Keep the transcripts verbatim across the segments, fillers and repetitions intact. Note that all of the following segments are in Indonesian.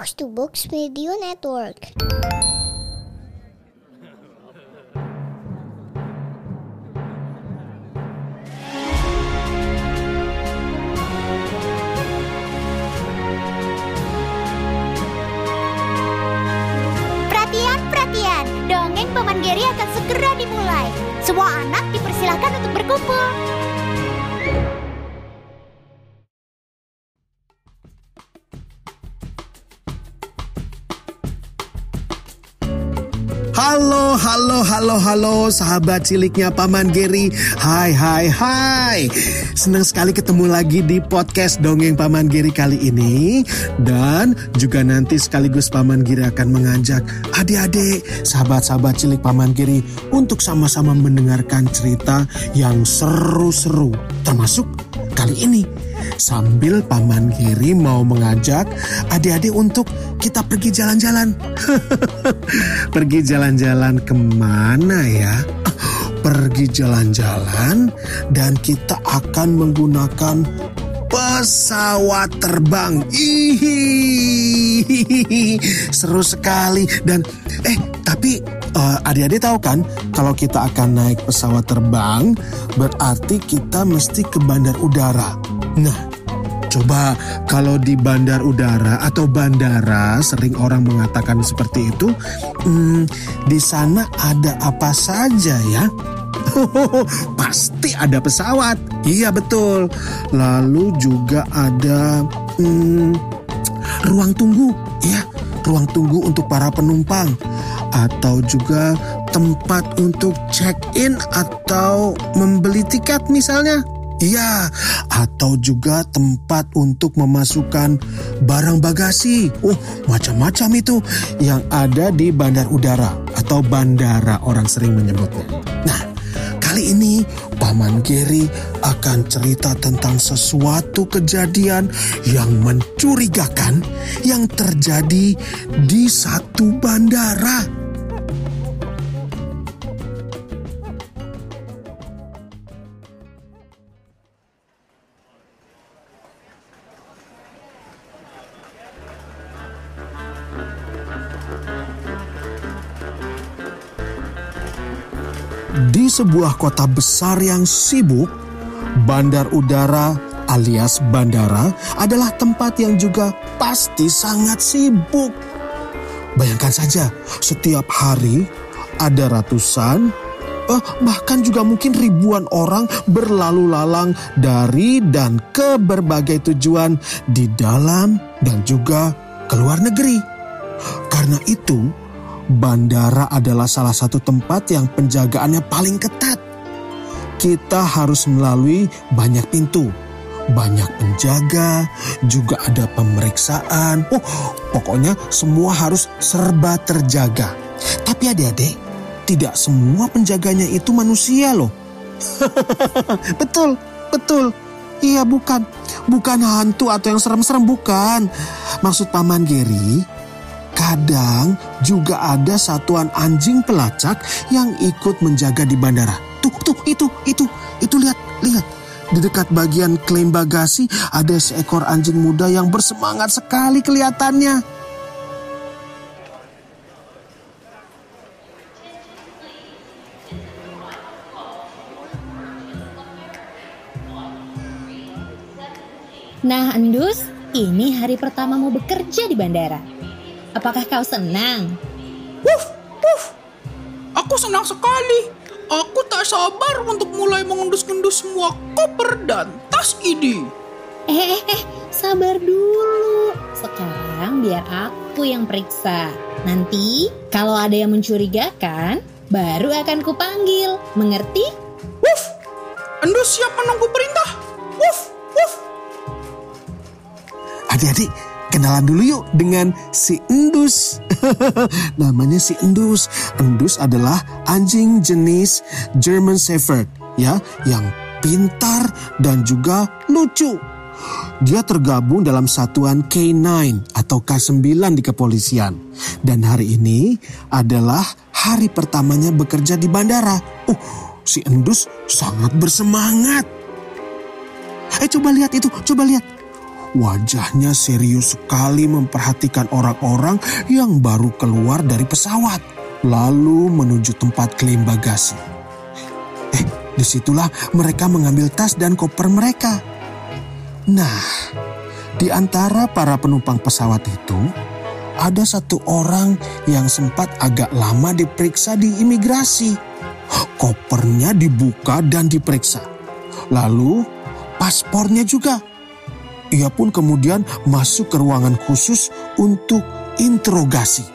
Box to Box Media Network. Perhatian, dongeng Paman Geri akan segera dimulai. Semua anak dipersilakan untuk berkumpul. Halo, halo, halo, halo sahabat ciliknya Paman Geri. Hai, hai, hai. Senang sekali ketemu lagi di podcast Dongeng Paman Geri kali ini. Dan juga nanti sekaligus Paman Geri akan mengajak adik-adik, sahabat-sahabat cilik Paman Geri untuk sama-sama mendengarkan cerita yang seru-seru. Termasuk kali ini sambil Paman Geri mau mengajak adik-adik untuk kita pergi jalan-jalan. Pergi jalan-jalan kemana ya? Pergi jalan-jalan dan kita akan menggunakan pesawat terbang. Ihihi, seru sekali. Dan eh tapi uh, adik-adik tahu kan kalau kita akan naik pesawat terbang berarti kita mesti ke bandar udara. Nah, coba kalau di bandar udara atau bandara sering orang mengatakan seperti itu, hmm, di sana ada apa saja ya? Pasti ada pesawat. Iya betul. Lalu juga ada hmm, ruang tunggu, ya, ruang tunggu untuk para penumpang, atau juga tempat untuk check-in atau membeli tiket misalnya. Iya, atau juga tempat untuk memasukkan barang bagasi. Oh, macam-macam itu yang ada di bandar udara atau bandara orang sering menyebutnya. Nah, kali ini Paman Geri akan cerita tentang sesuatu kejadian yang mencurigakan yang terjadi di satu bandara. Di sebuah kota besar yang sibuk, bandar udara alias bandara adalah tempat yang juga pasti sangat sibuk. Bayangkan saja, setiap hari ada ratusan, eh, bahkan juga mungkin ribuan orang berlalu lalang dari dan ke berbagai tujuan di dalam dan juga ke luar negeri. Karena itu, bandara adalah salah satu tempat yang penjagaannya paling ketat. Kita harus melalui banyak pintu, banyak penjaga, juga ada pemeriksaan. Oh, pokoknya semua harus serba terjaga. Tapi adik-adik, tidak semua penjaganya itu manusia loh. Betul, betul. Iya bukan, bukan hantu atau yang serem-serem, bukan. Maksud Paman Geri, kadang juga ada satuan anjing pelacak yang ikut menjaga di bandara. Tuh, tuh, itu, itu, itu lihat, lihat. Di dekat bagian klaim bagasi ada seekor anjing muda yang bersemangat sekali kelihatannya. Nah, Endus, ini hari pertamamu bekerja di bandara. Apakah kau senang? Wuf, wuf. Aku senang sekali. Aku tak sabar untuk mulai mengendus-endus semua koper dan tas ini. Eh, eh, eh, sabar dulu. Sekarang biar aku yang periksa. Nanti kalau ada yang mencurigakan, baru akan kupanggil. Mengerti? Wuf, Endus siap menunggu perintah. Wuf, wuf. Adik-adik, kenalan dulu yuk dengan si Endus. Namanya si Endus. Endus adalah anjing jenis German Shepherd, ya, yang pintar dan juga lucu. Dia tergabung dalam satuan K sembilan atau K sembilan di kepolisian. Dan hari ini adalah hari pertamanya bekerja di bandara. Oh, si Endus sangat bersemangat. Eh, coba lihat itu, coba lihat. Wajahnya serius sekali memperhatikan orang-orang yang baru keluar dari pesawat, lalu menuju tempat klaim bagasi. Eh, disitulah mereka mengambil tas dan koper mereka. Nah, di antara para penumpang pesawat itu, ada satu orang yang sempat agak lama diperiksa di imigrasi. Kopernya dibuka dan diperiksa. Lalu paspornya juga. Ia pun kemudian masuk ke ruangan khusus untuk interogasi.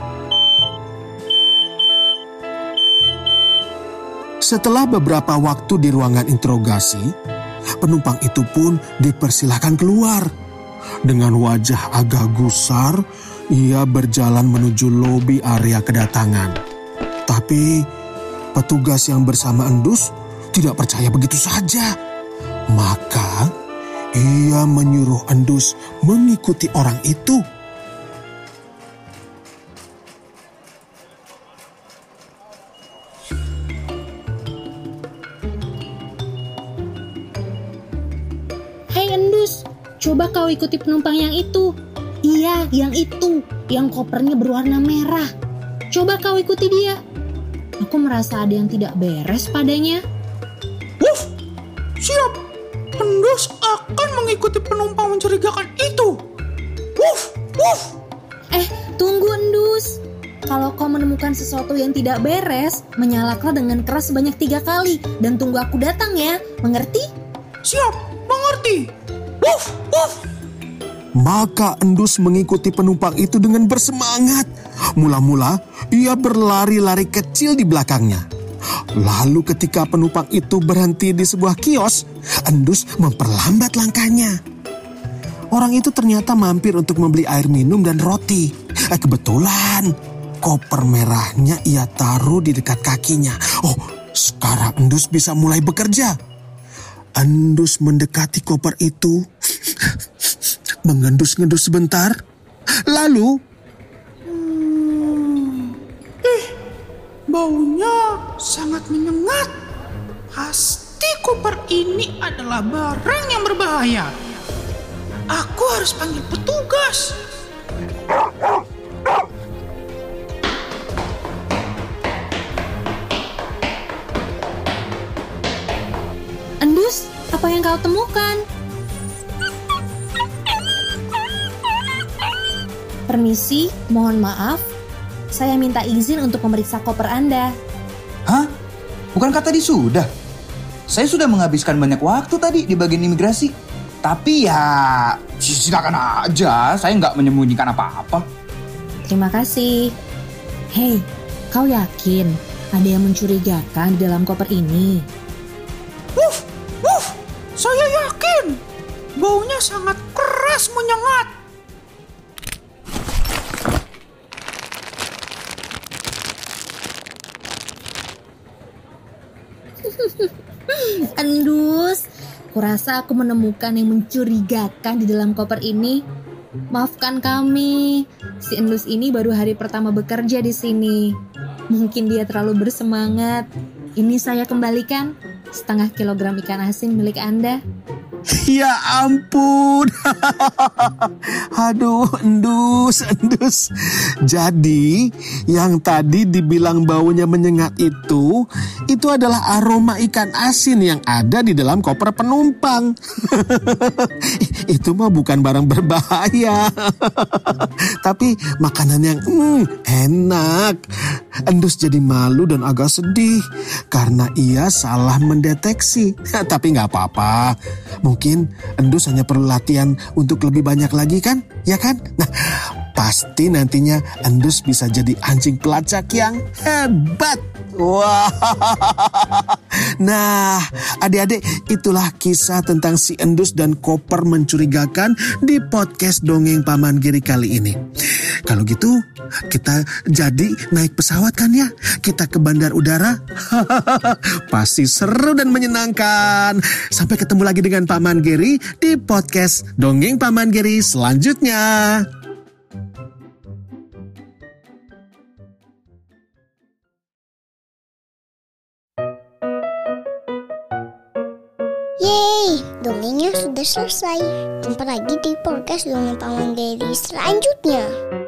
Setelah beberapa waktu di ruangan interogasi, penumpang itu pun dipersilahkan keluar. Dengan wajah agak gusar, ia berjalan menuju lobi area kedatangan. Tapi petugas yang bersama Endus tidak percaya begitu saja. Maka ia menyuruh Endus mengikuti orang itu. Hei Endus, coba kau ikuti penumpang yang itu. Iya, yang itu, yang kopernya berwarna merah. Coba kau ikuti dia. Aku merasa ada yang tidak beres padanya. Wuf, siap. Endus akan mengikuti penumpang mencurigakan itu. Wuf, wuf. Eh, tunggu Endus. Kalau kau menemukan sesuatu yang tidak beres, menyalakanlah dengan keras sebanyak tiga kali. Dan tunggu aku datang ya, mengerti? Siap, mengerti. Wuf, wuf. Maka Endus mengikuti penumpang itu dengan bersemangat. Mula-mula ia berlari-lari kecil di belakangnya. Lalu ketika penumpang itu berhenti di sebuah kios, Endus memperlambat langkahnya. Orang itu ternyata mampir untuk membeli air minum dan roti. Eh, kebetulan koper merahnya ia taruh di dekat kakinya. Oh, sekarang Endus bisa mulai bekerja. Endus mendekati koper itu, mengendus-ngendus sebentar, lalu Hmm. Eh, baunya sangat menyengat. Pasti koper ini adalah barang yang berbahaya. Aku harus panggil petugas. Endus, apa yang kau temukan? Permisi, mohon maaf. Saya minta izin untuk memeriksa koper Anda. Hah? Bukankah tadi sudah? Saya sudah menghabiskan banyak waktu tadi di bagian imigrasi. Tapi ya, silakan aja. Saya nggak menyembunyikan apa-apa. Terima kasih. Hei, kau yakin ada yang mencurigakan di dalam koper ini? Wuf, wuf. Saya yakin. Baunya sangat keras menyengat. Endus, kurasa aku menemukan yang mencurigakan di dalam koper ini. Maafkan kami, si Endus ini baru hari pertama bekerja di sini. Mungkin dia terlalu bersemangat. Ini saya kembalikan setengah kilogram ikan asin milik Anda. ya ampun. Aduh, Endus, Endus. Jadi, yang tadi dibilang baunya menyengat itu, itu adalah aroma ikan asin yang ada di dalam koper penumpang. Itu mah bukan barang berbahaya. Tapi makanan yang mm, enak. Endus jadi malu dan agak sedih karena ia salah mendeteksi. Tapi gak apa-apa. Mungkin Endus hanya perlu latihan untuk lebih banyak lagi kan? Ya kan? Nah, pasti nantinya Endus bisa jadi anjing pelacak yang hebat. Wah. Nah, adik-adik, itulah kisah tentang si Endus dan koper mencurigakan di podcast Dongeng Paman Giri kali ini. Kalau gitu, kita jadi naik pesawat kan ya? Kita ke bandar udara. Pasti seru dan menyenangkan. Sampai ketemu lagi dengan Paman Giri di podcast Dongeng Paman Giri selanjutnya. Yeay, Dongengnya sudah selesai. Jumpa lagi di podcast Dongeng Paman Geri selanjutnya.